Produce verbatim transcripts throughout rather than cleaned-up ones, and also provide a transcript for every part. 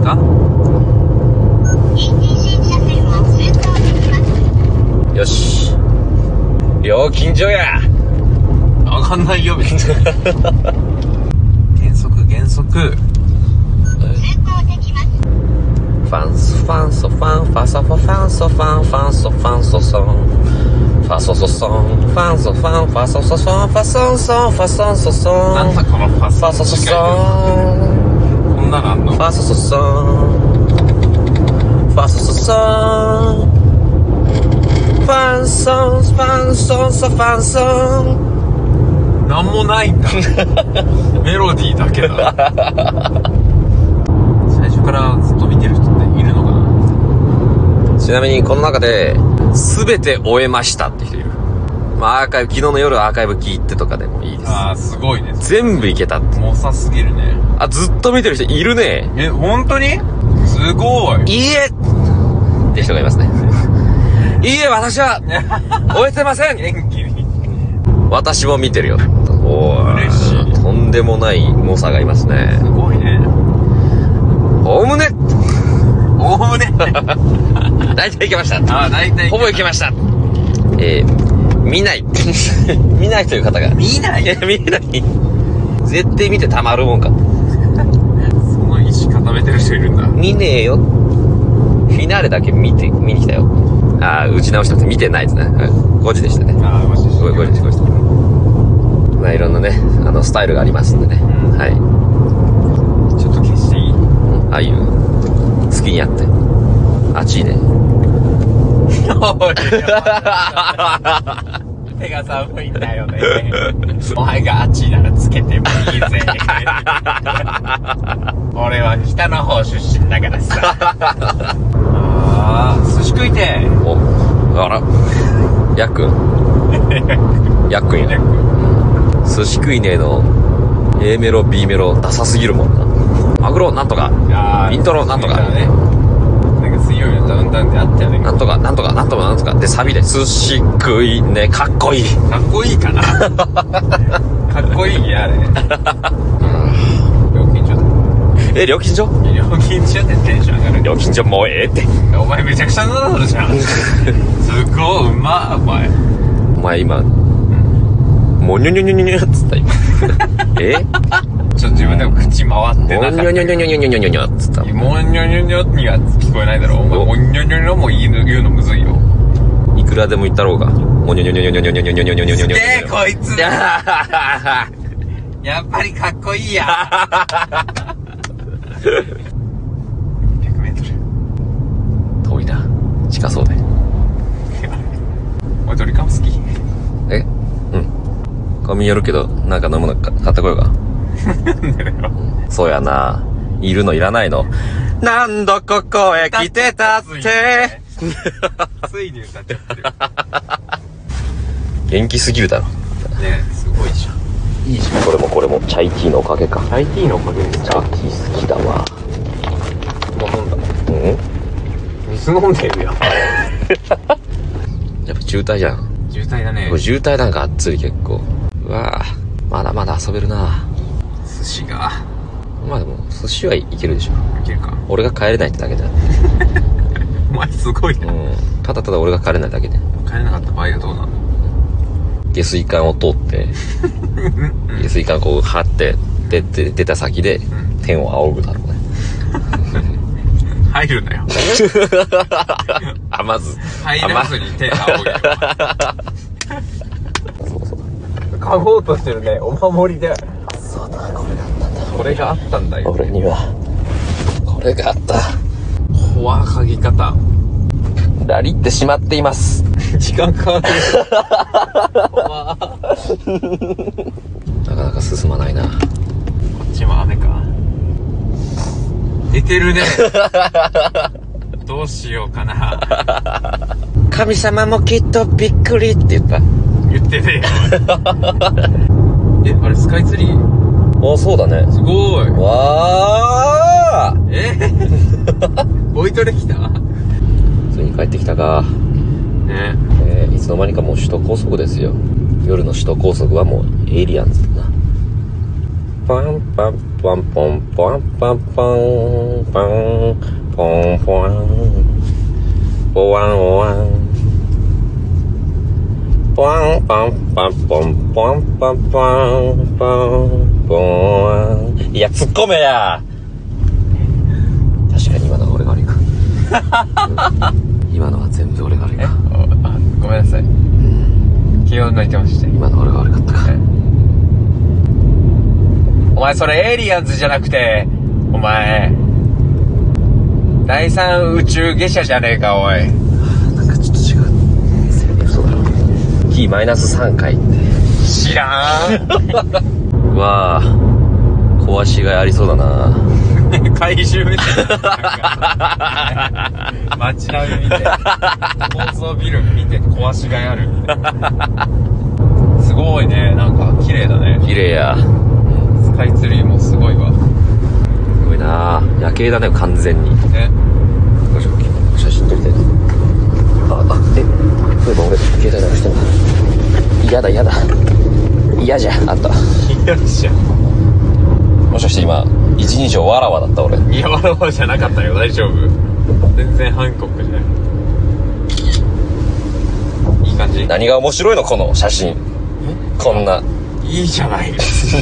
か？よし、料金所や。 上がんないよ別に減速減速。 ファンソファンソファンファソファファンソファンファンソファンソソンファソソソンファンソファンファソソソンファソンソンファソンソソン。 なんだこのファファソソソン。 こんなのあんの？ ファソソソンファソソソンファンソンファンソンソファンソン。 なんもないんだメロディーだけだ最初からずっと見てる人っているのかな？ ちなみにこの中で全て終えましたって人いる。まあアーカイブ、昨日の夜アーカイブ聞いてとかでもいいです。 あーすごいね。 全部いけたって。 猛者すぎるね。 あ、ずっと見てる人いるね。 え、本当に？すごい。 いいえって人がいますね。いいえ、私は終えてません。 元気に私も見てるよ。おー、 嬉しい。 とんでもない猛者がいますね。 すごいね。 おおむねおおむね大体いけました。 あー、大体ほぼいけました。えー、見ない見ないという方が見ないいや見ない絶対見てたまるもんか。 その意思固めてる人いるんだ。 見ねえよ。フィナーレだけ見て見に来たよ。あー、打ち直してます。見てないですね。ごじでしたね。 あー、マジでごじでした。ごじでした。まあいろんなね、あのスタイルがありますんでね。 うん、 はい。 ちょっと消していい？ ああいう好きにやって。あっちいね。 手が寒いんだよね。お前があっちならつけてもいいぜ。俺は北の方出身だからさ。あー、寿司食いてー。 お、あら。やっくん。やっくんや。寿司食いねえの A メロ B メロダサすぎるもんな。マグロなんとかイントロなんとか、 ね、なんか水曜日のダウンタウンであったよね。 なんとかなんとかなんとかなんとかでサビで寿司食いね、かっこいい。 かっこいいかな。かっこいいやあれ。料金所だ。 え、料金所？ 料金所でテンション上がる。 料金所もうええって。 お前めちゃくちゃなのじゃん。すごいうまっ。お前お前今もにょにょにょにょにょっつった今。え？ ちょっと自分でも口回ってなかった。 もにょにょにょにょにょにょにょにょっつった。 もにょにょにょには聞こえないだろ。お前もにょにょにょも言うの、言うのむずいよ。 いくらでも言ったろうが。もにょにょにょにょにょにょにょにょにょにょにょにょにょ。 でこいつ。やっぱりかっこいいや。ひゃくメートル。 遠いな。近そうで。 お前ドリカム好き？ え？うん。髪やるけど、なんか飲むのか買ってこようか。そうやな。いるのいらないの。何度ここへ来てたって。 ついに歌っちゃってる。 元気すぎるだろ。 ねえ、すごいじゃん。いいじゃん。 これもこれもチャイティーのおかげか。 チャイティーのおかげでチャイティー好きだわ。 もう飲んだ。 うん？ 水飲んでるよ。 やっぱ渋滞じゃん。 渋滞だね。 これ渋滞なんかあっつり結構。うわぁ、まだまだ遊べるな。 寿司が。 まあでも寿司はいけるでしょ。 いけるか。 俺が帰れないってだけだ。 お前すごいな。 うん。ただただ俺が帰れないだけで。 帰れなかった場合はどうなの？ 下水管を通って下水管こう張ってでで出た先で天を仰ぐだろうね。 入るなよ。 あ、まず入らずに天仰ぐよ。そうそう。買おうとしてるね。お守りで。 そうだ、これがあったんだ。 これがあったんだよ。 俺にはこれがあった。 フォア嗅ぎ方。 ラリってしまっています。 時間かかる。 なかなか進まないな。 こっちも雨か。出てるね。どうしようかな。 神様もきっとびっくりって言った。 言ってねえよ。え、あれスカイツリー？ あ、そうだね。 すごい。 わー。 えボイトレ来た？ ついに帰ってきたか。 ねえー、いつの間にかもう首都高速ですよ。夜の首都高速はもうエイリアンズだな。 パンパンパンポンポンパンパンパンポンポンポワンワンポンパンパンポンポンパンパンパンポワン。いや突っ込めや。確かに今のは俺が悪いか今のは全部俺が悪いか。 あ、ごめんなさい。気を抜いてました。 今のは俺が悪かったか。 お前それエイリアンズじゃなくて、お前第三宇宙下車じゃねえか、おい。 なんかちょっと違う。そうだろう。キーマイナスさんかいって知らんうわぁ、壊しがいありそうだな怪獣みたいな街並み見て高層ビル見て壊しがいあるすごいね、なんか綺麗だね。 綺麗や。 スカイツリーもすごいわ。 すごいなぁ。夜景だね、完全に。 ね。 写真撮りたいな。あ、あ、え、そういえば俺、携帯なくしたんだ。嫌だ、嫌だ。嫌じゃ、あった。 嫌じゃん。 もしかして今、一人称わらわだった俺。 いや、わらわじゃなかったよ、大丈夫。全然ハンコックじゃない。いい感じ？ 何が面白いのこの写真。こんな。 いいじゃない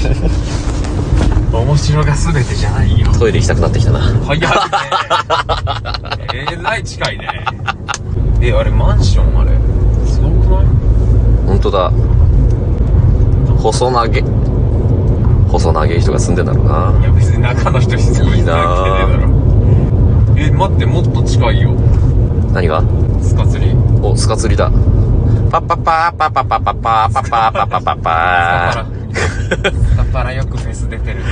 面白が全てじゃないよ。 トイレ行きたくなってきたな。 早いねえらい近いね。え、あれマンションあれすごくない？ ほんとだ。細長げ細長い人が住んでんだろうな。 いや別に中の人すごいいいなぁ。え、待って、もっと近いよ。 何が？ スカ釣り。 お、スカ釣りだ。パッパッパーパッパッパッパッパーパッパッパッパッパッパー。 スカパラよくフェス出てるね。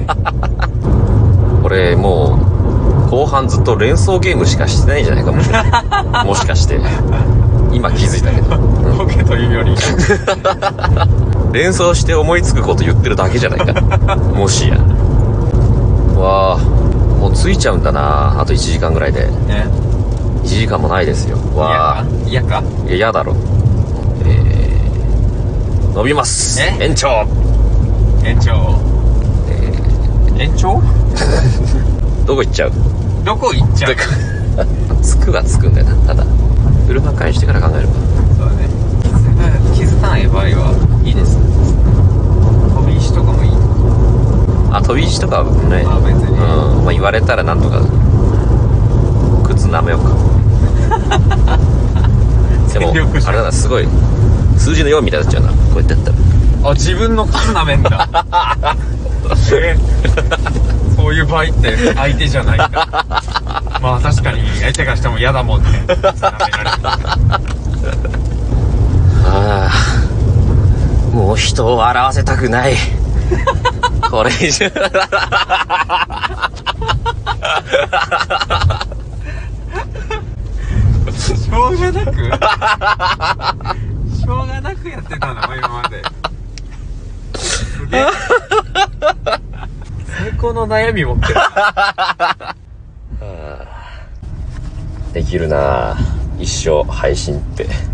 俺もう後半ずっと連想ゲームしかしてないんじゃないかもしれないもしかして今気づいたけど、 ボケというより連想して思いつくこと言ってるだけじゃないかもしや。わあ、もう着いちゃうんだな。あといちじかんぐらいで。 ね。 いちじかんもないですよ。わあ、 嫌か？ いや、嫌だろ。えー、伸びます。 え？ 延長。 延長。 え延長？ ー、どこ行っちゃう？ どこ行っちゃう？ 着くは着くんだよな。ただ車返してから考えるか。 そうだね。気づかない場合はいいです。飛び石とかもいい。 あ、飛び石とかはね、 まあ別に、 うん、まあ言われたらなんとか靴舐めようかでもあれだな、すごい数字のよんみたいになっちゃうな、こうやってやったら。 あ、自分の靴舐めんだえそういう場合って相手じゃないんだまあ確かに相手がしても嫌だもんね舐められるああ、もう人を笑わせたくないこれ以上しょうがなくしょうがなくやってたの今まですげえ最高の悩み持ってるできるな、一生配信って。